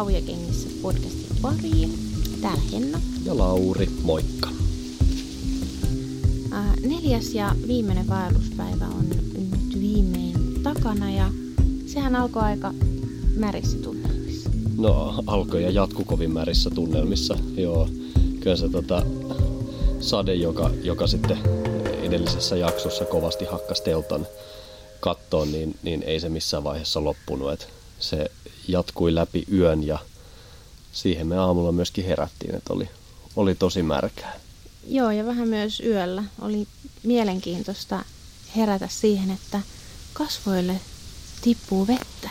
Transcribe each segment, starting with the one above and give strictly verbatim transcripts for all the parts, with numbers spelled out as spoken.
Kaujakengissä podcastin pariin. Täällä Henna. Ja Lauri, moikka. Äh, neljäs ja viimeinen vaelluspäivä on nyt viimein takana ja sehän alkoi aika märissä tunnelmissa. No, alkoi ja jatku kovin märissä tunnelmissa. Joo, kyllä se tota, sade, joka, joka sitten edellisessä jaksossa kovasti hakkasi teltan kattoon, niin, niin ei se missään vaiheessa loppunut. Et se jatkui läpi yön ja siihen me aamulla myöskin herättiin, että oli, oli tosi märkää. Joo, ja vähän myös yöllä oli mielenkiintoista herätä siihen, että kasvoille tippuu vettä.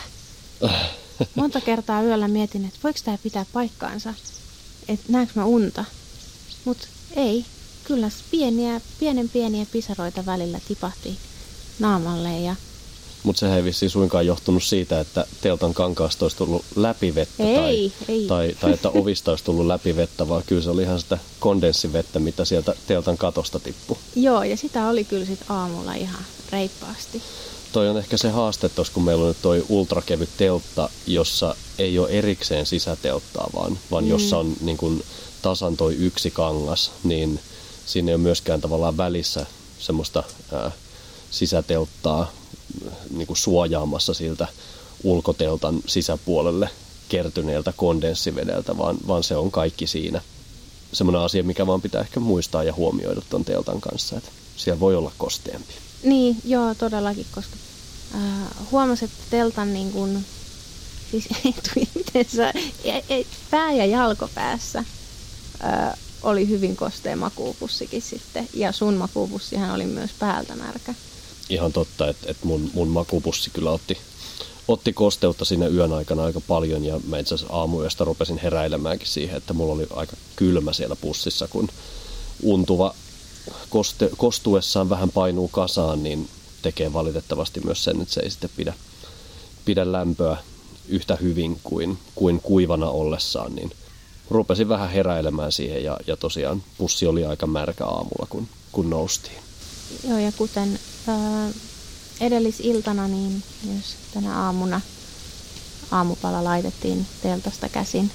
Monta kertaa yöllä mietin, että voiko tämä pitää paikkaansa, että näenkö mä unta. Mutta ei, kyllä pieniä, pienen pieniä pisaroita välillä tipahti naamalle. Ja mutta sehän ei vissiin suinkaan johtunut siitä, että teltan kankaasta olisi tullut läpi vettä ei, tai, ei. Tai, tai että ovista olisi tullut läpi vettä, vaan kyllä se oli ihan sitä kondenssivettä, mitä sieltä teltan katosta tippui. Joo, ja sitä oli kyllä sit aamulla ihan reippaasti. Toi on ehkä se haaste tuossa, kun meillä on nyt toi ultrakevyt teltta, jossa ei ole erikseen sisätelttaa, vaan, vaan mm. jossa on niin kun tasan toi yksi kangas, niin siinä ei ole myöskään tavallaan välissä semmoista ää, sisätelttaa niin kuin suojaamassa siltä ulkoteltan sisäpuolelle kertyneeltä kondenssivedeltä, vaan, vaan se on kaikki siinä. Semmoinen asia, mikä vaan pitää ehkä muistaa ja huomioida ton teltan kanssa, että siellä voi olla kosteampi. Niin, joo, todellakin, koska äh, huomasin, että teltan niin kuin, siis miten sä, pää- ja jalkopäässä äh, oli hyvin kostea makuupussikin sitten, ja sun makuupussihan oli myös päältä märkä. Ihan totta, että, että mun, mun makupussi kyllä otti, otti kosteutta siinä yön aikana aika paljon, ja mä itse asiassa aamuyöstä rupesin heräilemäänkin siihen, että mulla oli aika kylmä siellä pussissa, kun untuva koste, kostuessaan vähän painuu kasaan, niin tekee valitettavasti myös sen, että se ei sitten pidä, pidä lämpöä yhtä hyvin kuin, kuin kuivana ollessaan, niin rupesin vähän heräilemään siihen, ja, ja tosiaan pussi oli aika märkä aamulla, kun, kun noustiin. Joo, ja kuten ää, edellisiltana, niin myös tänä aamuna aamupala laitettiin teltasta käsin.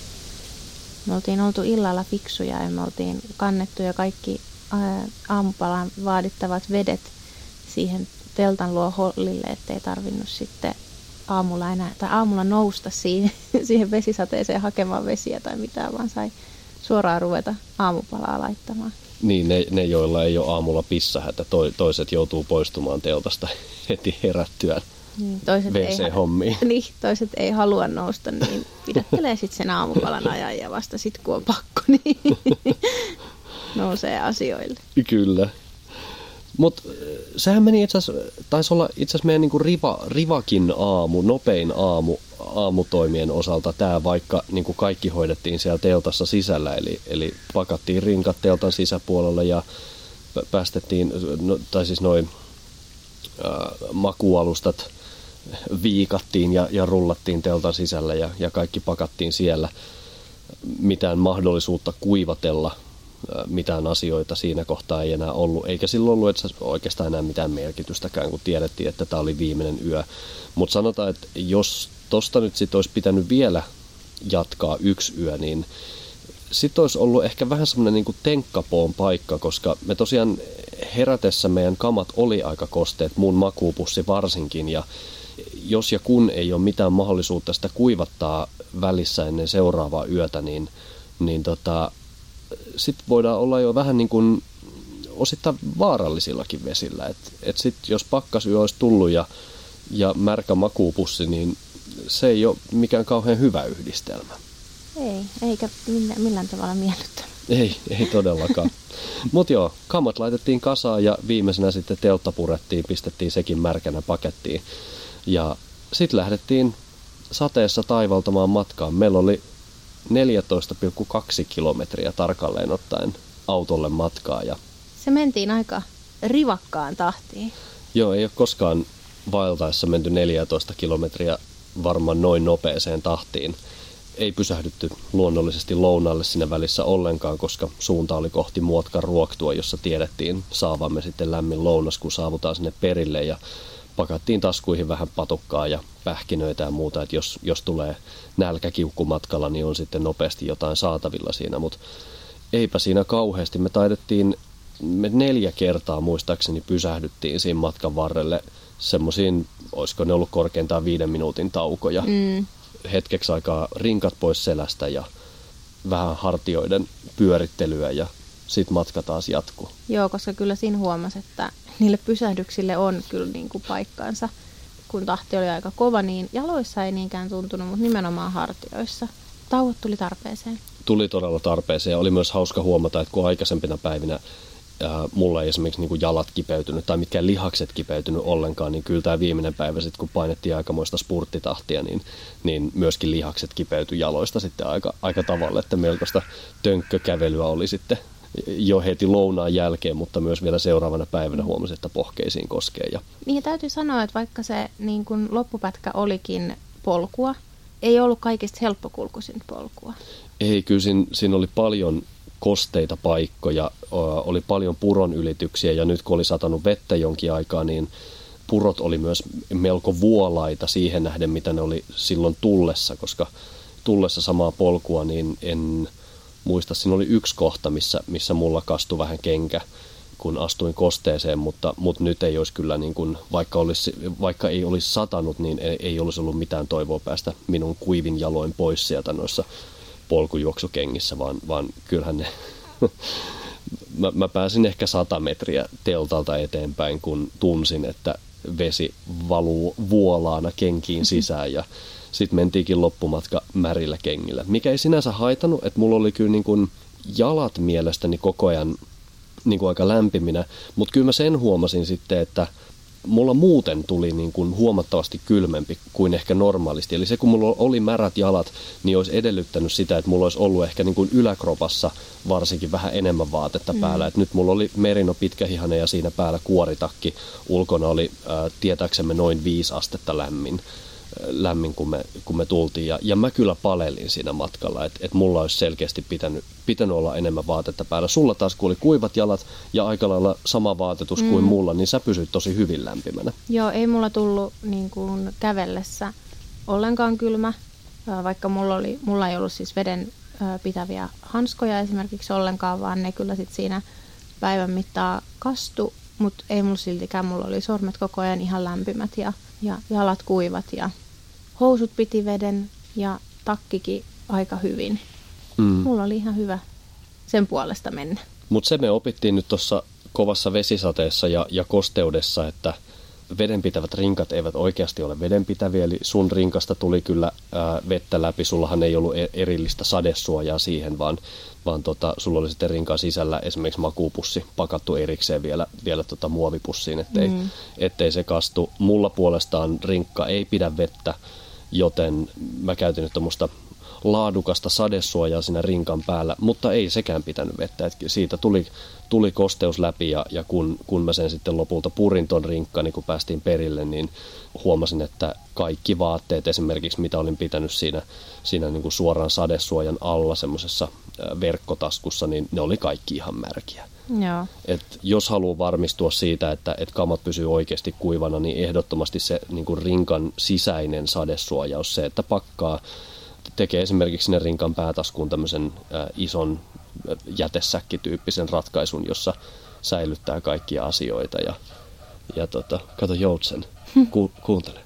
Me oltiin oltu illalla fiksuja ja me oltiin kannettu jo kaikki ää, aamupalan vaadittavat vedet siihen teltan luo hollille, ettei tarvinnut sitten aamulla enää, tai aamulla nousta siihen, siihen vesisateeseen hakemaan vesiä tai mitään, vaan sai suoraan ruveta aamupalaa laittamaan. Niin, ne, ne joilla ei ole aamulla pissähätä, to, toiset joutuu poistumaan teltasta heti herättyään niin, toiset V C-hommiin. Ei, niin, toiset ei halua nousta, niin pidättelee sitten sen aamupalan ajan ja vasta sitten kun on pakko, niin nousee asioille. Kyllä. Mutta sehän meni itse asiassa, taisi olla itse asiassa meidän niinku riva, rivakin aamu, nopein aamu aamutoimien osalta tämä, vaikka niinku kaikki hoidettiin siellä teltassa sisällä, eli, eli pakattiin rinkat teltan sisäpuolelle ja päästettiin, no, tai siis noin makualustat viikattiin ja, ja rullattiin teltan sisällä ja, ja kaikki pakattiin siellä. Mitään mahdollisuutta kuivatella mitään asioita siinä kohtaa ei enää ollut, eikä silloin ollut että oikeastaan enää mitään merkitystäkään, kun tiedettiin, että tämä oli viimeinen yö. Mutta sanotaan, että jos tosta nyt sit olisi pitänyt vielä jatkaa yksi yö, niin sitten olisi ollut ehkä vähän semmoinen niin kuin tenkkapoon paikka, koska me tosiaan herätessä meidän kamat oli aika kosteet, mun makuupussi varsinkin, ja jos ja kun ei ole mitään mahdollisuutta sitä kuivattaa välissä ennen seuraavaa yötä, niin, niin tota, sitten voidaan olla jo vähän niin kuin osittain vaarallisillakin vesillä. Et, et sit jos pakkasyö olisi tullut ja, ja märkä makuupussi, niin se ei ole mikään kauhean hyvä yhdistelmä. Ei, eikä millään, millään tavalla miellyttävä. Ei, ei todellakaan. Mutta joo, kamat laitettiin kasaan ja viimeisenä sitten teltta purettiin, pistettiin sekin märkänä pakettiin. Ja sitten lähdettiin sateessa taivaltamaan matkaan. Meillä oli neljätoista pilkku kaksi kilometriä tarkalleen ottaen autolle matkaa. Ja se mentiin aika rivakkaan tahtiin. Joo, ei ole koskaan vaeltaessa menty neljätoista kilometriä varmaan noin nopeeseen tahtiin. Ei pysähdytty luonnollisesti lounaalle siinä välissä ollenkaan, koska suunta oli kohti Muotkan ruoktua, jossa tiedettiin saavamme sitten lämmin lounas, kun saavutaan sinne perille. Ja pakattiin taskuihin vähän patukkaa ja pähkinöitä ja muuta, että jos, jos tulee nälkäkiukku matkalla, niin on sitten nopeasti jotain saatavilla siinä, mutta eipä siinä kauheasti. Me taidettiin, me neljä kertaa muistaakseni pysähdyttiin siinä matkan varrelle semmoisiin, olisiko ne ollut korkeintaan viiden minuutin taukoja. Mm. Hetkeksi aikaa rinkat pois selästä ja vähän hartioiden pyörittelyä ja sitten matka taas jatkuu. Joo, koska kyllä siinä huomasi, että niille pysähdyksille on kyllä niin kuin paikkaansa. Kun tahti oli aika kova, niin jaloissa ei niinkään tuntunut, mutta nimenomaan hartioissa. Tauot tuli tarpeeseen. Tuli todella tarpeeseen ja oli myös hauska huomata, että kun aikaisempina päivinä ää, mulla ei esimerkiksi niin kuin jalat kipeytynyt tai mitkään lihakset kipeytynyt ollenkaan, niin kyllä tämä viimeinen päivä sitten, kun painettiin aikamoista spurttitahtia, niin, niin myöskin lihakset kipeytyi jaloista sitten aika, aika tavalla, että melkoista tönkkökävelyä oli sitten jo heti lounaan jälkeen, mutta myös vielä seuraavana päivänä huomasin, että pohkeisiin koskee. Ja niin täytyy sanoa, että vaikka se niin kun loppupätkä olikin polkua, ei ollut kaikista helppokulkuisin polkua. Ei, kyllä siinä, siinä oli paljon kosteita paikkoja, oli paljon puron ylityksiä ja nyt kun oli satanut vettä jonkin aikaa, niin purot oli myös melko vuolaita siihen nähden, mitä ne oli silloin tullessa, koska tullessa samaa polkua, niin en muista, siinä oli yksi kohta, missä, missä mulla kastui vähän kenkä, kun astuin kosteeseen, mutta, mutta nyt ei olisi kyllä, niin kuin, vaikka, olisi, vaikka ei olisi satanut, niin ei, ei olisi ollut mitään toivoa päästä minun kuivin jaloin pois sieltä noissa polkujuoksukengissä, vaan, vaan kyllähän ne, mä, mä pääsin ehkä sata metriä teltalta eteenpäin, kun tunsin, että vesi valuu vuolaana kenkiin sisään ja sitten mentiinkin loppumatka märillä kengillä, mikä ei sinänsä haitanut, että mulla oli kyllä niin kuin jalat mielestäni koko ajan niin kuin aika lämpiminä, mutta kyllä mä sen huomasin sitten, että mulla muuten tuli niin kuin huomattavasti kylmempi kuin ehkä normaalisti. Eli se, kun mulla oli märät jalat, niin olisi edellyttänyt sitä, että mulla olisi ollut ehkä niin kuin yläkropassa varsinkin vähän enemmän vaatetta mm. päällä. Et nyt mulla oli merino pitkähihainen ja siinä päällä kuoritakki. Ulkona oli äh, tietääksemme noin viisi astetta lämmin. lämmin, kun me, kun me tultiin. Ja, ja mä kyllä palelin siinä matkalla, että et mulla olisi selkeästi pitänyt, pitänyt olla enemmän vaatetta päällä. Sulla taas, kun oli kuivat jalat ja aika lailla sama vaatetus mm. kuin mulla, niin sä pysyit tosi hyvin lämpimänä. Joo, ei mulla tullut niin kuin kävellessä ollenkaan kylmä, vaikka mulla, oli, mulla ei ollut siis veden pitäviä hanskoja esimerkiksi ollenkaan, vaan ne kyllä sit siinä päivän mittaa kastu, mutta ei mulla siltikään, mulla oli sormet koko ajan ihan lämpimät ja ja jalat kuivat ja housut piti veden ja takkikin aika hyvin. Mm. Mulla oli ihan hyvä sen puolesta mennä. Mutta se me opittiin nyt tuossa kovassa vesisateessa ja, ja kosteudessa, että vedenpitävät rinkat eivät oikeasti ole vedenpitäviä. Eli sun rinkasta tuli kyllä ää, vettä läpi. Sullahan ei ollut erillistä sadesuojaa siihen, vaan, vaan tota, sulla oli sitten rinkan sisällä esimerkiksi makuupussi pakattu erikseen vielä, vielä tota muovipussiin, ettei, mm. ettei se kastu. Mulla puolestaan rinkka ei pidä vettä, joten mä käytin nyt tommoista laadukasta sadesuojaa siinä rinkan päällä, mutta ei sekään pitänyt vettä. Et siitä tuli, tuli kosteus läpi ja, ja kun, kun mä sen sitten lopulta purin ton rinkkani, kun päästiin perille, niin huomasin, että kaikki vaatteet esimerkiksi, mitä olin pitänyt siinä, siinä niin kuin suoraan sadesuojan alla semmoisessa verkkotaskussa, niin ne oli kaikki ihan märkiä. Joo. Et jos haluaa varmistua siitä, että et kamat pysyy oikeasti kuivana, niin ehdottomasti se niin kuin rinkan sisäinen sadesuojaus, se, että pakkaa tekee esimerkiksi sinne rinkan päätaskuun tämmöisen äh, ison äh, jätesäkkityyppisen ratkaisun, jossa säilyttää kaikkia asioita. Ja, ja tota, kato Joutsen, Ku, kuuntele.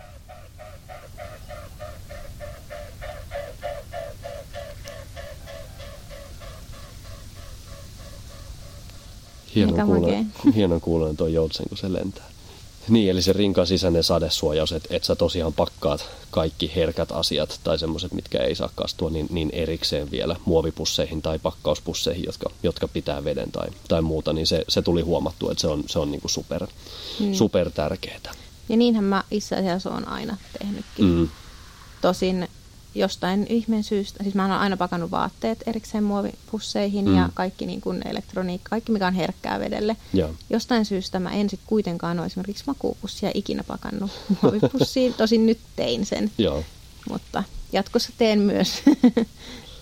Hienon kuulen, hienon kuulen tuo Joutsen, kun se lentää. Niin, eli se rinkan sisäinen sadesuojaus, että et sä tosiaan pakkaat kaikki herkät asiat tai semmoiset, mitkä ei saa kastua, niin, niin erikseen vielä muovipusseihin tai pakkauspusseihin, jotka, jotka pitää veden tai, tai muuta, niin se, se tuli huomattua, että se on, se on niinku super, mm. super tärkeää. Ja niinhän mä itse asiassa olen aina tehnytkin. Mm. Tosin jostain ihmeen syystä, siis mä oon aina pakannut vaatteet erikseen muovipusseihin mm. ja kaikki niin kuin elektroniikka, kaikki mikä on herkkää vedelle. Ja. Jostain syystä mä en sit kuitenkaan ole esimerkiksi makuupussia ikinä pakannut muovipussiin. Tosin nyt tein sen, ja. mutta jatkossa teen myös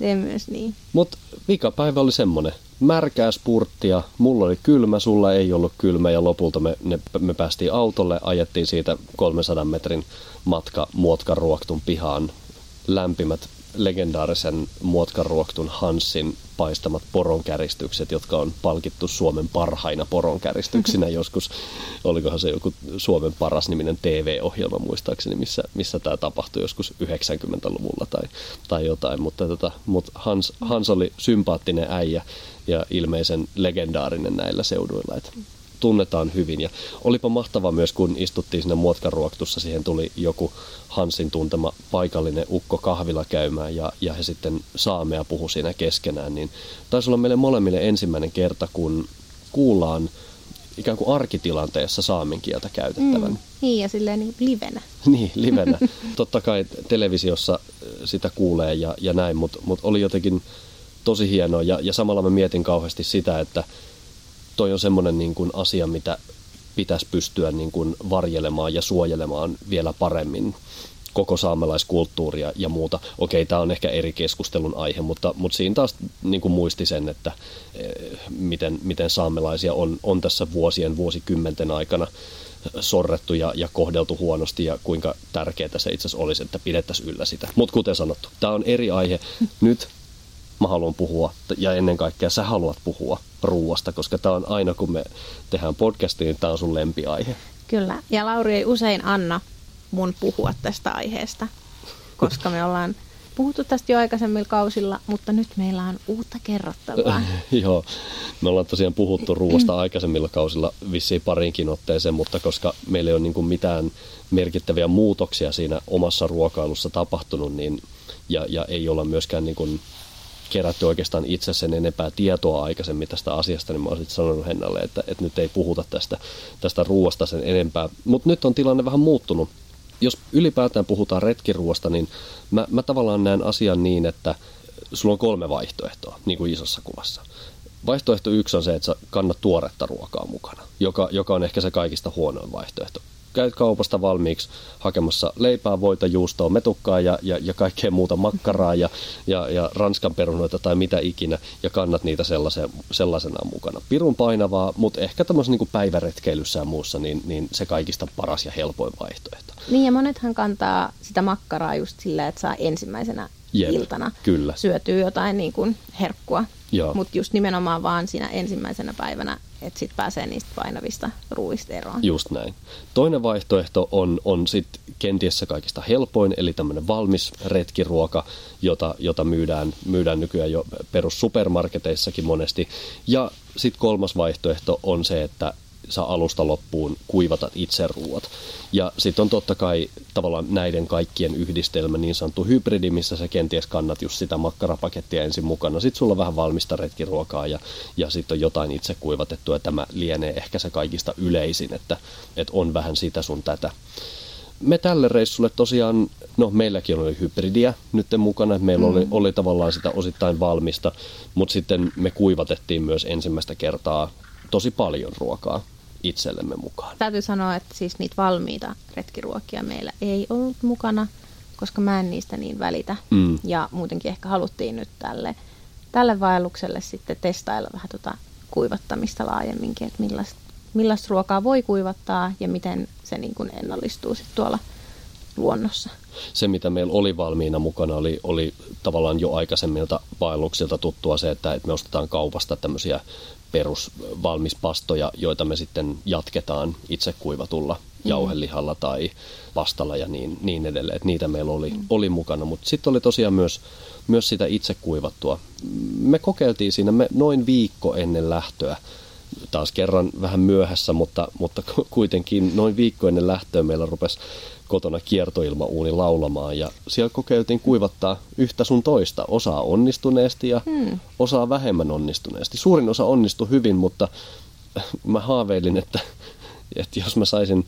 teen myös niin. Mutta vikapäivä oli semmoinen. Märkää spurttia, mulla oli kylmä, sulla ei ollut kylmä ja lopulta me, ne, me päästiin autolle, ajettiin siitä kolmensadan metrin matka Muotkaruoktun pihaan. Lämpimät legendaarisen Muotkaruoktun Hanssin paistamat poronkäristykset, jotka on palkittu Suomen parhaina poronkäristyksinä joskus. Olikohan se joku Suomen paras niminen T V-ohjelma muistaakseni, missä, missä tämä tapahtui joskus yhdeksänkymmentäluvulla tai, tai jotain. Mutta tota, mut Hans, Hans oli sympaattinen äijä ja ilmeisen legendaarinen näillä seuduilla. Et tunnetaan hyvin. Ja olipa mahtava myös, kun istuttiin siinä Muotkaruoktussa, siihen tuli joku Hansin tuntema paikallinen ukko kahvilla käymään ja, ja he sitten saamea puhu siinä keskenään. Niin taisi olla meille molemmille ensimmäinen kerta, kun kuullaan ikään kuin arkitilanteessa saamen kieltä käytettävän. Mm, niin, ja silleen niin livenä. Niin, livenä. Totta kai televisiossa sitä kuulee ja, ja näin, mutta mut oli jotenkin tosi hienoa. Ja, ja samalla mä mietin kauheasti sitä, että toi on semmoinen niin kuin asia, mitä pitäisi pystyä niin kuin varjelemaan ja suojelemaan vielä paremmin koko saamelaiskulttuuria ja muuta. Okei, tämä on ehkä eri keskustelun aihe, mutta, mutta siinä taas niin kuin muisti sen, että eh, miten, miten saamelaisia on, on tässä vuosien, vuosikymmenten aikana sorrettu ja, ja kohdeltu huonosti ja kuinka tärkeää se itse asiassa olisi, että pidettäisiin yllä sitä. Mutta kuten sanottu, tämä on eri aihe. Nyt mä haluan puhua ja ennen kaikkea sä haluat puhua ruuasta, koska tämä on aina kun me tehdään podcastia, niin tämä on sun lempiaihe. Kyllä, ja Lauri ei usein anna mun puhua tästä aiheesta, koska me ollaan puhuttu tästä jo aikaisemmilla kausilla, mutta nyt meillä on uutta kerrottavaa. Joo, me ollaan tosiaan puhuttu ruuasta aikaisemmilla kausilla vissiin parinkin otteeseen, mutta koska meillä ei ole niin kuin mitään merkittäviä muutoksia siinä omassa ruokailussa tapahtunut, niin, ja, ja ei olla myöskään niin kuin kerätty oikeastaan itse sen enempää tietoa aikaisemmin tästä asiasta, niin mä olisin sanonut Hennalle, että, että nyt ei puhuta tästä, tästä ruoasta sen enempää. Mutta nyt on tilanne vähän muuttunut. Jos ylipäätään puhutaan retkiruoasta, niin mä, mä tavallaan näen asian niin, että sulla on kolme vaihtoehtoa, niin kuin isossa kuvassa. Vaihtoehto yksi on se, että sä kannat tuoretta ruokaa mukana, joka, joka on ehkä se kaikista huonoin vaihtoehto. Käyt kaupasta valmiiksi hakemassa leipää, voita, juustoa, metukkaa ja, ja, ja kaikkea muuta makkaraa ja, ja, ja ranskan perunoita tai mitä ikinä ja kannat niitä sellaisenaan mukana. Pirun painavaa, mutta ehkä tämmöisessä niin päiväretkeilyssä ja muussa niin, niin se kaikista paras ja helpoin vaihtoehto. Niin ja monethan kantaa sitä makkaraa just sillä, että saa ensimmäisenä Jep, iltana kyllä. syötyy jotain niin kuin herkkua, mutta just nimenomaan vaan siinä ensimmäisenä päivänä, että sitten pääsee niistä painavista ruuista eroon. Just näin. Toinen vaihtoehto on, on sitten kenties se kaikista helpoin, eli tämmöinen valmis retkiruoka, jota, jota myydään, myydään nykyään jo perussupermarketeissakin monesti. Ja sitten kolmas vaihtoehto on se, että sä alusta loppuun kuivatat itse ruuat. Ja sitten on totta kai tavallaan näiden kaikkien yhdistelmä, niin sanottu hybridi, missä sä kenties kannat just sitä makkarapakettia ensin mukana. Sitten sulla on vähän valmista retkiruokaa ja, ja sitten on jotain itse kuivatettua. Ja tämä lienee ehkä se kaikista yleisin, että, että on vähän sitä sun tätä. Me tälle reissulle tosiaan, no meilläkin oli hybridiä nyt mukana, että meillä mm. oli, oli tavallaan sitä osittain valmista, mutta sitten me kuivatettiin myös ensimmäistä kertaa tosi paljon ruokaa itsellemme mukaan. Täytyy sanoa, että siis niitä valmiita retkiruokia meillä ei ollut mukana, koska mä en niistä niin välitä. Mm. Ja muutenkin ehkä haluttiin nyt tälle, tälle vaellukselle sitten testailla vähän tuota kuivattamista laajemminkin, että millaista, millaista ruokaa voi kuivattaa ja miten se niin kuin ennallistuu sitten tuolla luonnossa. Se, mitä meillä oli valmiina mukana, oli, oli tavallaan jo aikaisemmilta vaelluksilta tuttua se, että me ostetaan kaupasta tämmöisiä perusvalmispastoja, joita me sitten jatketaan itse kuivatulla jauhelihalla tai pastalla ja niin, niin edelleen. Että niitä meillä oli, mm. oli mukana, mutta sitten oli tosiaan myös, myös sitä itse kuivattua. Me kokeiltiin siinä me noin viikko ennen lähtöä, taas kerran vähän myöhässä, mutta, mutta kuitenkin noin viikko ennen lähtöä meillä rupesi kotona kiertoilmauuni laulamaan ja siellä kokeiltiin kuivattaa yhtä sun toista. Osaa onnistuneesti ja hmm. osaa vähemmän onnistuneesti. Suurin osa onnistui hyvin, mutta mä haaveilin, että, että jos mä saisin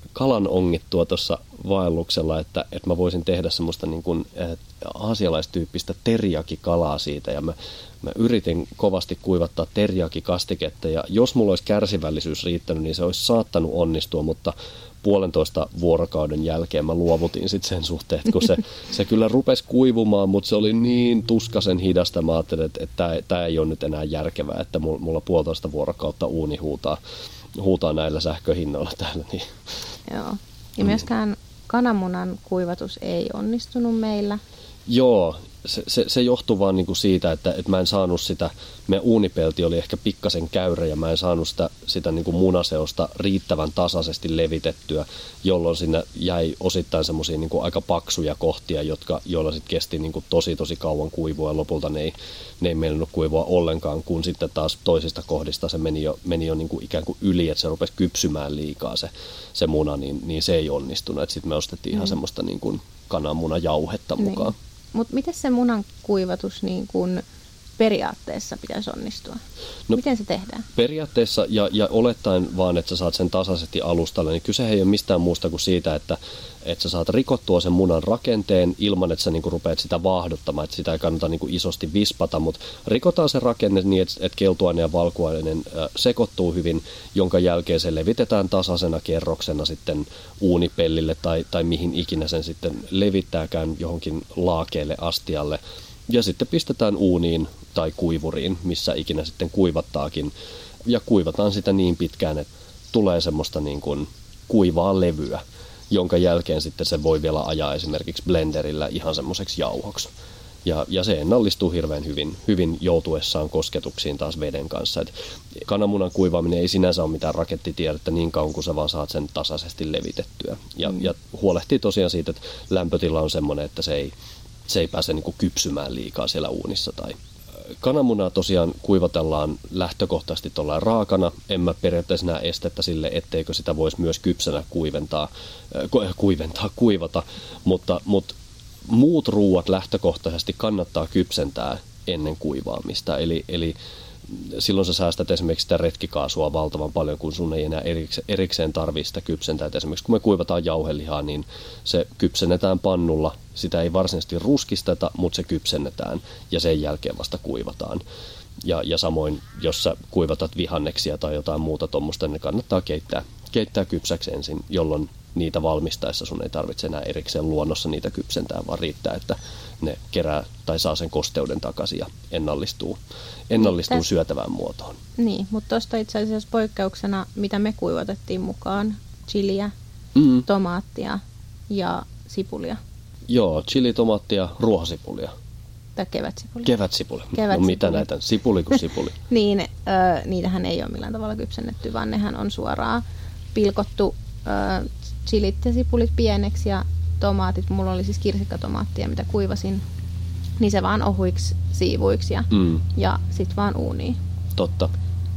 kalan ongittua tuossa vaelluksella, että, että mä voisin tehdä semmoista niin kuin aasialaistyyppistä teriyaki-kalaa siitä. Ja mä, mä yritin kovasti kuivattaa teriyaki-kastiketta, ja jos mulla olisi kärsivällisyys riittänyt, niin se olisi saattanut onnistua, mutta puolentoista vuorokauden jälkeen mä luovutin sitten sen suhteen, että kun se, se kyllä rupesi kuivumaan, mutta se oli niin tuskaisen hidasta, mä ajattelin, että, että tämä ei ole nyt enää järkevää, että mulla puolitoista vuorokautta uuni huutaa, huutaa näillä sähköhinnoilla täällä. Niin. Joo, ja myöskään kananmunan kuivatus ei onnistunut meillä. Joo, se, se, se johtuu vaan niinku siitä, että, että mä en saanut sitä, meidän uunipelti oli ehkä pikkasen käyrä ja mä en saanut sitä, sitä niinku munaseosta riittävän tasaisesti levitettyä, jolloin sinne jäi osittain semmoisia niinku aika paksuja kohtia, jotka, joilla sitten kesti niinku tosi tosi kauan kuivua ja lopulta ne ei, ne ei meinannut kuivua ollenkaan, kun sitten taas toisista kohdista se meni jo, meni jo niinku ikään kuin yli, että se rupesi kypsymään liikaa se, se muna, niin, niin se ei onnistunut. Sitten me ostettiin mm. ihan semmoista niinku kananmunajauhetta mukaan. Niin. Mutta miten se munan kuivatus niin kun periaatteessa pitäisi onnistua? No, miten se tehdään? Periaatteessa ja, ja olettaen vaan, että sä saat sen tasaisesti alustalle, niin kyse ei ole mistään muusta kuin siitä, että, että sä saat rikottua sen munan rakenteen ilman, että sä niinku rupeat sitä vaahdottamaan, että sitä ei kannata niinku isosti vispata, mutta rikotaan se rakenne niin, että, että keltuaine ja valkuainen äh, sekoittuu hyvin, jonka jälkeen se levitetään tasaisena kerroksena sitten uunipellille tai, tai mihin ikinä sen sitten levittääkään johonkin laakeelle astialle. Ja sitten pistetään uuniin tai kuivuriin, missä ikinä sitten kuivattaakin. Ja kuivataan sitä niin pitkään, että tulee semmoista niin kuin kuivaa levyä, jonka jälkeen sitten se voi vielä ajaa esimerkiksi blenderillä ihan semmoiseksi jauhoksi. Ja, ja se ennallistuu hirveän hyvin, hyvin joutuessaan kosketuksiin taas veden kanssa. Et kananmunan kuivaaminen ei sinänsä ole mitään rakettitiedettä niin kauan, kun sä vaan saat sen tasaisesti levitettyä. Ja, mm. ja huolehtii tosiaan siitä, että lämpötila on semmoinen, että se ei... se ei pääse niin kuin kypsymään liikaa siellä uunissa. Tai kananmunaa tosiaan kuivatellaan lähtökohtaisesti tuolla raakana. En mä periaatteessa näe estettä sille, etteikö sitä voisi myös kypsänä kuiventaa, kuiventaa kuivata, mutta, mutta muut ruuat lähtökohtaisesti kannattaa kypsentää ennen kuivaamista. Eli, eli silloin sä säästät esimerkiksi sitä retkikaasua valtavan paljon, kun sun ei enää erikseen, erikseen tarvitse sitä kypsentää. Et esimerkiksi kun me kuivataan jauhelihaa, niin se kypsennetään pannulla. Sitä ei varsinaisesti ruskisteta, mutta se kypsennetään ja sen jälkeen vasta kuivataan. Ja, ja samoin, jos sä kuivatat vihanneksia tai jotain muuta tuommoista, niin kannattaa keittää, keittää kypsäksi ensin, jolloin niitä valmistaessa sun ei tarvitse enää erikseen luonnossa niitä kypsentää, vaan riittää, että ne kerää tai saa sen kosteuden takaisin ja ennallistuu, ennallistuu niin, syötävään muotoon. Niin, mutta tuosta itse asiassa poikkeuksena, mitä me kuivatettiin mukaan, chiliä, mm. tomaattia ja sipulia. Joo, chili, tomaattia, ruohosipulia. Tai kevätsipuli. Kevätsipuli. Kevätsipuli. No mitä näitä? Sipuli kuin sipuli. niin, ö, niitähän ei ole millään tavalla kypsennetty, vaan nehän on suoraan pilkottu ö, chilit ja sipulit pieneksi ja tomaatit. Mulla oli siis kirsikkatomaattia, mitä kuivasin. Niin se vaan ohuiksi siivuiksi ja, mm. ja sit vaan uuniin. Totta.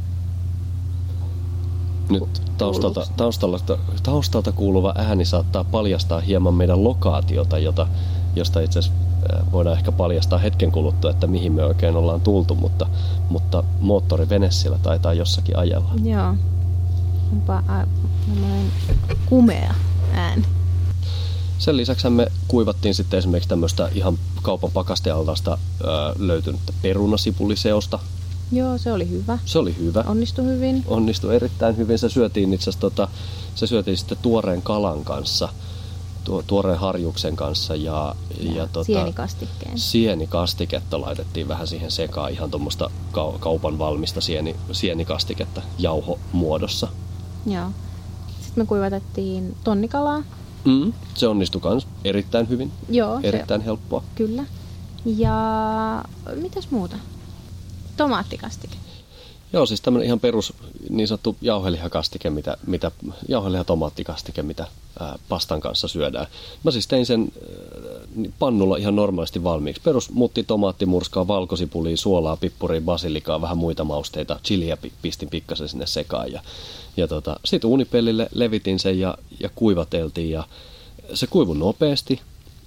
Nyt taustalta, taustalta, taustalta kuuluva ääni saattaa paljastaa hieman meidän lokaatiota, jota, josta itse asiassa voidaan ehkä paljastaa hetken kuluttua, että mihin me oikein ollaan tultu, mutta, mutta moottorivene siellä taitaa jossakin ajella. Joo, onpa semmoinen kumea ääni. Sen lisäksi me kuivattiin sitten esimerkiksi tämmöistä ihan kaupan pakastealtaasta löytynyttä perunasipuliseosta. Joo, se oli hyvä. Se oli hyvä. Onnistui hyvin. Onnistui erittäin hyvin. Se syötiin itse asiassa tota, se syötiin sitten tuoreen kalan kanssa, tuo, tuoreen harjuksen kanssa ja, ja, ja tota, sienikastikkeen. Sienikastiketta laitettiin vähän siihen sekaan, ihan tuommoista kaupan valmista sieni, sienikastiketta jauhomuodossa. Joo. Sitten me kuivatettiin tonnikalaa. Mm, se onnistui myös erittäin hyvin. Joo. Erittäin se, helppoa. Kyllä. Ja mitäs muuta? Tomaattikastike. Joo, siis tämmöinen ihan perus niin sanottu jauhelihakastike, mitä, mitä, jauheliha-tomaattikastike, mitä ää, pastan kanssa syödään. Mä siis tein sen ää, pannulla ihan normaalisti valmiiksi. Perus mutti, tomaattimurskaa, valkosipulia, suolaa, pippuria, basilikaa, vähän muita mausteita, chiliä pistin pikkasen sinne sekaan. Ja, ja tota, sitten uunipellille levitin sen ja, ja kuivateltiin ja se kuivui nopeasti.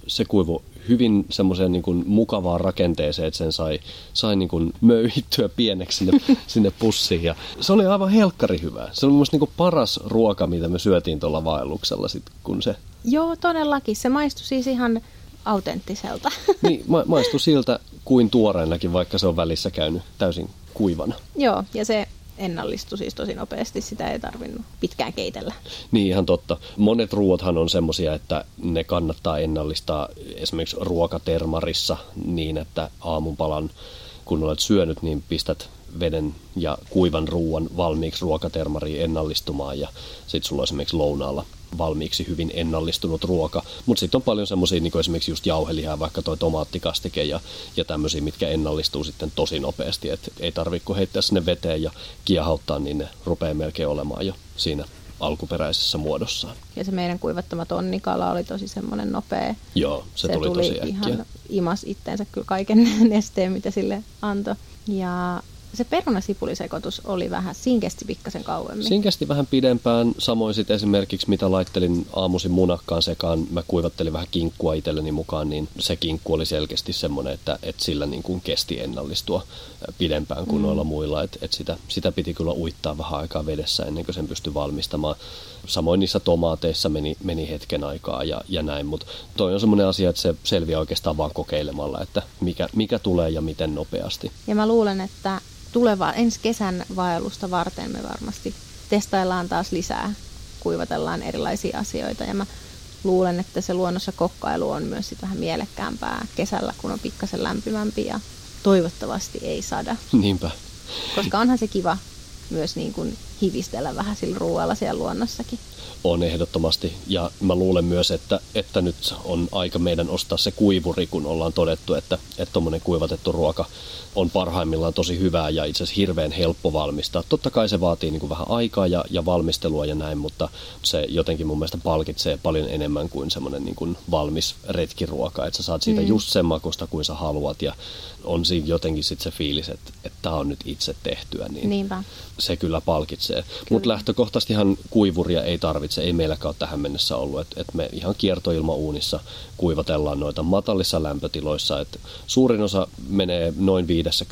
se kuivui hyvin semmoiseen niin kuin mukavaan rakenteeseen, että sen sai, sai niin kuin möyhittyä pieneksi sinne, sinne pussiin. Ja se oli aivan helkkari hyvää. Se oli mun mielestä niin kuin paras ruoka, mitä me syötiin tuolla vaelluksella sit, kun se... Joo, todellakin. Se maistui siis ihan autenttiselta. Niin, ma- maistui siltä kuin tuoreenakin, vaikka se on välissä käynyt täysin kuivana. Joo, ja se ennallistui siis tosi nopeasti. Sitä ei tarvinnut pitkään keitellä. Niin, ihan totta. Monet ruuathan on semmoisia, että ne kannattaa ennallistaa esimerkiksi ruokatermarissa niin, että aamupalan, kun olet syönyt, niin pistät veden ja kuivan ruuan valmiiksi ruokatermariin ennallistumaan ja sitten sulla on esimerkiksi lounaalla valmiiksi hyvin ennallistunut ruoka. Mutta sitten on paljon semmoisia, niin kuin esimerkiksi just jauhelihaa, vaikka toi tomaattikastike ja, ja tämmöisiä, mitkä ennallistuu sitten tosi nopeasti. Et ei tarvitse kun heittää sinne veteen ja kiehauttaa, niin ne rupeaa melkein olemaan jo siinä alkuperäisessä muodossaan. Ja se meidän kuivattama tonnikala oli tosi semmoinen nopea. Joo, se, se tuli, tuli tosi äkkiä. ihan imas itteensä kyllä kaiken nesteen, mitä sille antoi. Ja se perunasipulisekoitus oli vähän, siinä kesti pikkasen kauemmin. Siinä kesti vähän pidempään. Samoin sitten esimerkiksi, mitä laittelin aamuisin munakkaan sekaan, mä kuivattelin vähän kinkkua itselleni mukaan, niin se kinkku oli selkeästi semmoinen, että, että sillä niin kuin kesti ennallistua pidempään kuin mm. noilla muilla. Että, että sitä, sitä piti kyllä uittaa vähän aikaa vedessä ennen kuin sen pystyi valmistamaan. Samoin niissä tomaateissa meni, meni hetken aikaa ja, ja näin, mutta toi on semmoinen asia, että se selviää oikeastaan vaan kokeilemalla, että mikä, mikä tulee ja miten nopeasti. Ja mä luulen, että tulevaa ensi kesän vaellusta varten me varmasti testaillaan taas lisää, kuivatellaan erilaisia asioita ja mä luulen, että se luonnossa kokkailu on myös sit vähän mielekkäämpää kesällä, kun on pikkasen lämpimämpi ja toivottavasti ei sada. Niinpä. Koska onhan se kiva myös niin kuin hivistellä vähän sillä ruoalla siellä luonnossakin. On ehdottomasti. Ja mä luulen myös, että, että nyt on aika meidän ostaa se kuivuri, kun ollaan todettu, että tuommoinen kuivatettu ruoka on parhaimmillaan tosi hyvää ja itse asiassa hirveän helppo valmistaa. Totta kai se vaatii niin kuin vähän aikaa ja, ja valmistelua ja näin, mutta se jotenkin mun mielestä palkitsee paljon enemmän kuin semmoinen niin kuin valmis retkiruoka. Että sä saat siitä mm. just sen makusta kuin sä haluat ja on siinä jotenkin sitten se fiilis, että, että tää on nyt itse tehtyä. Niin Niinpä. Se kyllä palkitsee. Mutta lähtökohtaisestihan kuivuria ei tarvitse. Ei meilläkään ole tähän mennessä ollut. Että et me ihan kiertoilmauunissa kuivatellaan noita matalissa lämpötiloissa. Et suurin osa menee noin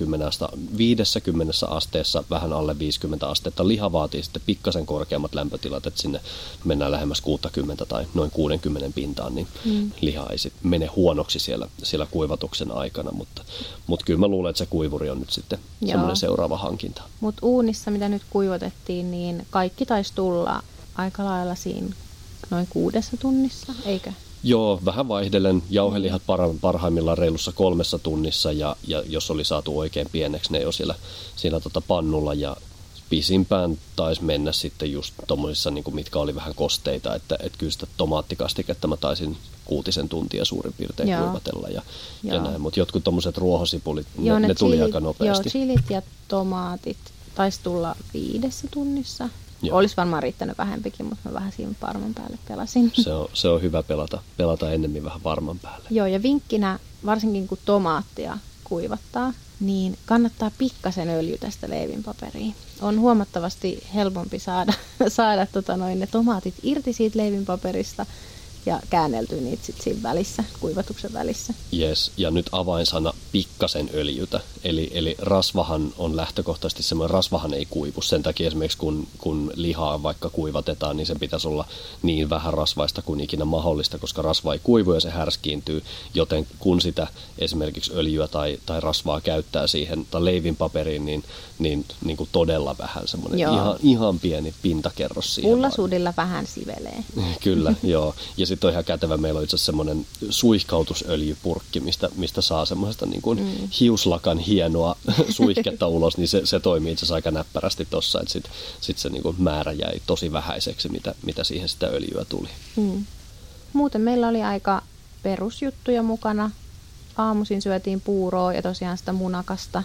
viisikymmentä asteessa, vähän alle viisikymmentä astetta. Liha vaatii sitten pikkasen korkeammat lämpötilat, että sinne mennään lähemmäs kuusikymmentä tai noin kuusikymmentä pintaan, niin mm. liha ei sit mene huonoksi siellä, siellä kuivatuksen aikana. Mutta, mutta kyllä mä luulen, että se kuivuri on nyt sitten Joo. semmoinen seuraava hankinta. Mutta uunissa, mitä nyt kuivatettiin, niin kaikki taisi tulla aika lailla siinä noin kuudessa tunnissa, eikö? Joo, vähän vaihdellen. Jauhelihat parhaimmillaan reilussa kolmessa tunnissa ja, ja jos oli saatu oikein pieneksi, ne jo siellä, siellä tota pannulla ja pisimpään taisi mennä sitten just tommosissa, niin kuin mitkä oli vähän kosteita, että et kyllä sitä tomaattikastiketta mä taisin kuutisen tuntia suurin piirtein Joo. kuivatella ja, ja näin, mutta jotkut tommoset ruohosipulit, joo, ne, ne tuli chilit, aika nopeasti. Joo, chilit ja tomaatit taisi tulla viidessä tunnissa. Joo. Olisi varmaan riittänyt vähempikin, mutta mä vähän siinä varman päälle pelasin. Se on, se on hyvä pelata, pelata ennemmin vähän varman päälle. Joo, ja vinkkinä, varsinkin kun tomaattia kuivattaa, niin kannattaa pikkasen öljytä sitä leivinpaperiin. On huomattavasti helpompi saada, saada tota noin, ne tomaatit irti siitä leivinpaperista ja käänneltyä niitä sitten siinä välissä, kuivatuksen välissä. Yes, ja nyt avainsana pikkasen öljytä. Eli, eli rasvahan on lähtökohtaisesti semmoinen, rasvahan ei kuivu. Sen takia esimerkiksi kun, kun lihaa vaikka kuivatetaan, niin se pitäisi olla niin vähän rasvaista kuin ikinä mahdollista, koska rasva ei kuivu ja se härskiintyy. Joten kun sitä esimerkiksi öljyä tai, tai rasvaa käyttää siihen tai leivinpaperiin, niin, niin, niin kuin todella vähän semmoinen ihan, ihan pieni pintakerros siihen. Pullasuudilla vähän sivelee. Kyllä, joo. Ja sitten on ihan kätevä, meillä on itse asiassa semmoinen suihkautusöljypurkki, mistä, mistä saa semmoisesta niin kuin mm. hiuslakan hienoa suihketta ulos, niin se, se toimii itse asiassa aika näppärästi tossa, että sitten sit se niin kuin määrä jäi tosi vähäiseksi, mitä, mitä siihen sitä öljyä tuli. Mm. Muuten meillä oli aika perusjuttuja mukana. Aamuisin syötiin puuroa ja tosiaan sitä munakasta.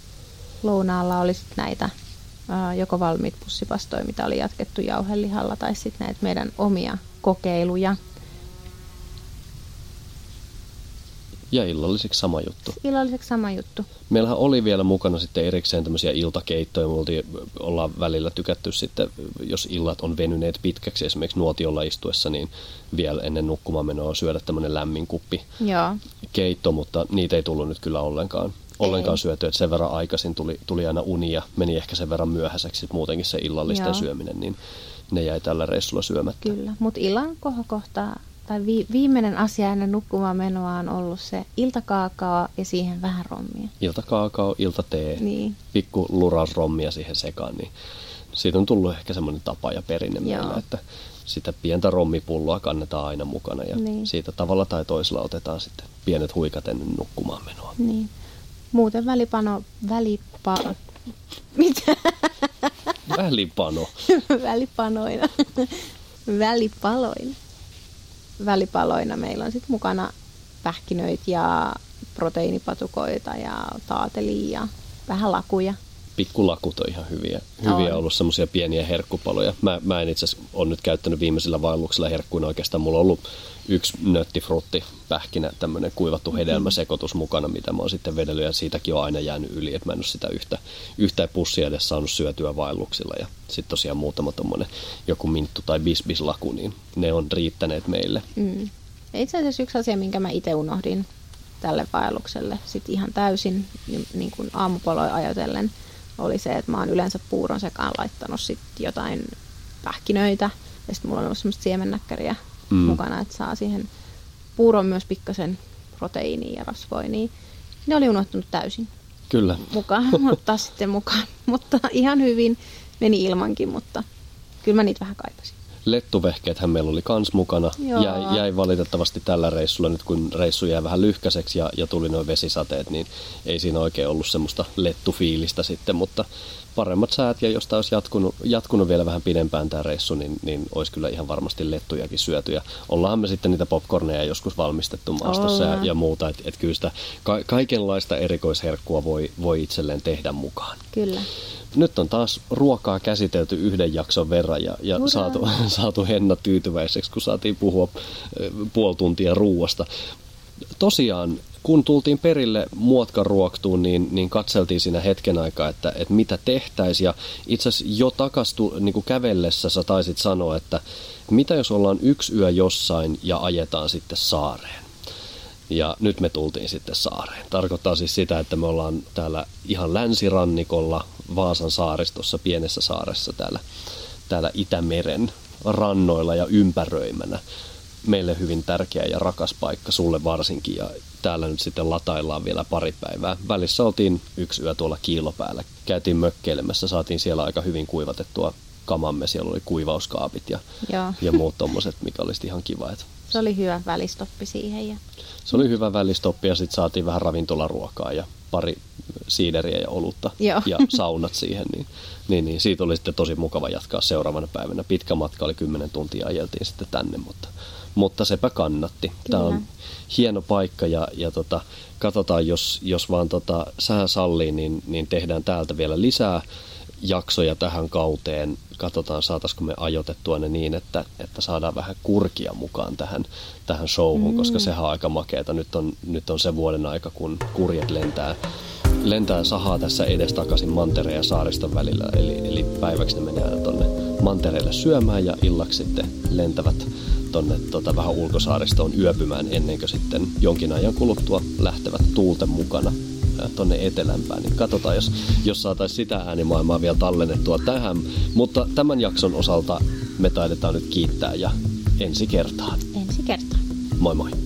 Lounaalla oli sitten näitä ää, joko valmiit pussipastoja, mitä oli jatkettu jauhelihalla, tai sitten näitä meidän omia kokeiluja. Ja illalliseksi sama juttu. Illalliseksi sama juttu. Meillähän oli vielä mukana sitten erikseen tämmöisiä iltakeittoja. Me oltiin, ollaan välillä tykätty sitten, jos illat on venyneet pitkäksi, esimerkiksi nuotiolla istuessa, niin vielä ennen nukkumaan menoa syödä tämmöinen lämmin kuppi Joo. keitto, mutta niitä ei tullut nyt kyllä ollenkaan. Ollenkaan syöty, että sen verran aikaisin tuli, tuli aina uni ja meni ehkä sen verran myöhäiseksi muutenkin se illallisten Joo. syöminen, niin ne jäi tällä reissulla syömättä. Kyllä, mutta illan kohokohtaa tai vi- viimeinen asia ennen nukkumaan menoa on ollut se iltakaakao ja siihen vähän rommia. Iltakaakao, iltatee, niin. pikku luraus rommia siihen sekaan, niin siitä on tullut ehkä semmoinen tapa ja perinne Joo. meillä, että sitä pientä rommipulloa kannetaan aina mukana ja niin. siitä tavalla tai toisella otetaan sitten pienet huikat ennen nukkumaan menoa. Niin. Muuten välipano, välipa... Mitä? Välipano. Välipanoina. Välipaloina. Välipaloina meillä on sitten mukana pähkinöitä ja proteiinipatukoita ja taatelia ja vähän lakuja. Pikkulakut on ihan hyviä. Hyviä on ollut semmoisia pieniä herkkupaloja. Mä, mä en itse asiassa ole nyt käyttänyt viimeisillä vaelluksilla herkkuina oikeastaan. Mulla on ollut yksi nöttifrutti, pähkinä, tämmöinen kuivattu hedelmäsekoitus mukana, mitä mä oon sitten vedellyt ja siitäkin on aina jäänyt yli, että mä en ole sitä yhtä, yhtä pussia edes saanut syötyä vaelluksilla. Ja sitten tosiaan muutama tommonen joku minttu tai bisbislaku, niin ne on riittäneet meille. Mm. Itse asiassa yksi asia, minkä mä itse unohdin tälle vaellukselle sit ihan täysin niin kuin aamupaloja ajatellen, oli se, että mä oon yleensä puuron sekaan laittanut sit jotain pähkinöitä ja sitten mulla on ollut semmoista siemennäkkäriä mm. mukana, että saa siihen puuron myös pikkasen proteiinia ja rasvoinia. Ne oli unohtunut täysin. Kyllä. Mukaan, mutta sitten mukaan. Mutta ihan hyvin meni ilmankin, mutta kyllä mä niitä vähän kaipasin. Lettuvehkeethän meillä oli kans mukana. Jäi, jäi valitettavasti tällä reissulla, nyt kun reissu jäi vähän lyhkäiseksi ja, ja tuli noin vesisateet, niin ei siinä oikein ollut semmoista lettufiilistä sitten, mutta paremmat säät ja jos tämä olisi jatkunut, jatkunut vielä vähän pidempään tämä reissu, niin, niin olisi kyllä ihan varmasti lettujakin syöty. Ja ollaan me sitten niitä popcorneja joskus valmistettu maastossa ja, ja muuta, että et kyllä sitä ka- kaikenlaista erikoisherkkua voi, voi itselleen tehdä mukaan. Kyllä. Nyt on taas ruokaa käsitelty yhden jakson verran ja, ja saatu, saatu Henna tyytyväiseksi, kun saatiin puhua puoli tuntia ruuasta. Tosiaan, kun tultiin perille Muotkan ruoktuun, niin, niin katseltiin siinä hetken aikaa, että, että mitä tehtäisiin. Ja itse asiassa jo takastu niin kuin kävellessä sä taisit sanoa, että mitä jos ollaan yksi yö jossain ja ajetaan sitten saareen. Ja nyt me tultiin sitten saareen. Tarkoittaa siis sitä, että me ollaan täällä ihan länsirannikolla Vaasan saaristossa, pienessä saaressa täällä, täällä Itämeren rannoilla ja ympäröimänä. Meille hyvin tärkeä ja rakas paikka, sulle varsinkin. Ja täällä nyt sitten lataillaan vielä pari päivää. Välissä oltiin yksi yö tuolla Kiilopäällä. Käytiin mökkeilemässä, saatiin siellä aika hyvin kuivatettua kamamme. Siellä oli kuivauskaapit ja, ja muut tommoset, mikä oli ihan kiva. Että se oli hyvä välistoppi siihen. Ja... Se oli hyvä välistoppi ja sitten saatiin vähän ravintolaruokaa ja pari siideriä ja olutta Joo. ja saunat siihen. Niin, niin, niin siitä oli sitten tosi mukava jatkaa seuraavana päivänä. Pitkä matka oli kymmenen tuntia ajeltiin sitten tänne, mutta, mutta sepä kannatti. Kyllä. Tämä on hieno paikka ja, ja tota, katsotaan, jos, jos vaan tota, sää sallii, niin, niin tehdään täältä vielä lisää jaksoja tähän kauteen. Katsotaan, saataisiko me ajoitettua ne niin, että, että saadaan vähän kurkia mukaan tähän, tähän showhun, mm. koska sehän on aika makeata. Nyt on, nyt on se vuoden aika, kun kurjet lentää, lentää sahaa tässä edestakaisin mantereen ja saariston välillä. Eli, eli päiväksi ne menee tuonne mantereelle syömään ja illaksi sitten lentävät tuonne tota, vähän ulkosaaristoon yöpymään ennen kuin sitten jonkin ajan kuluttua lähtevät tuulten mukana tuonne etelämpään, niin katsotaan, jos, jos saataisiin sitä äänimaailmaa vielä tallennettua tähän. Mutta tämän jakson osalta me taidetaan nyt kiittää ja ensi kertaan. Ensi kertaan. Moi moi.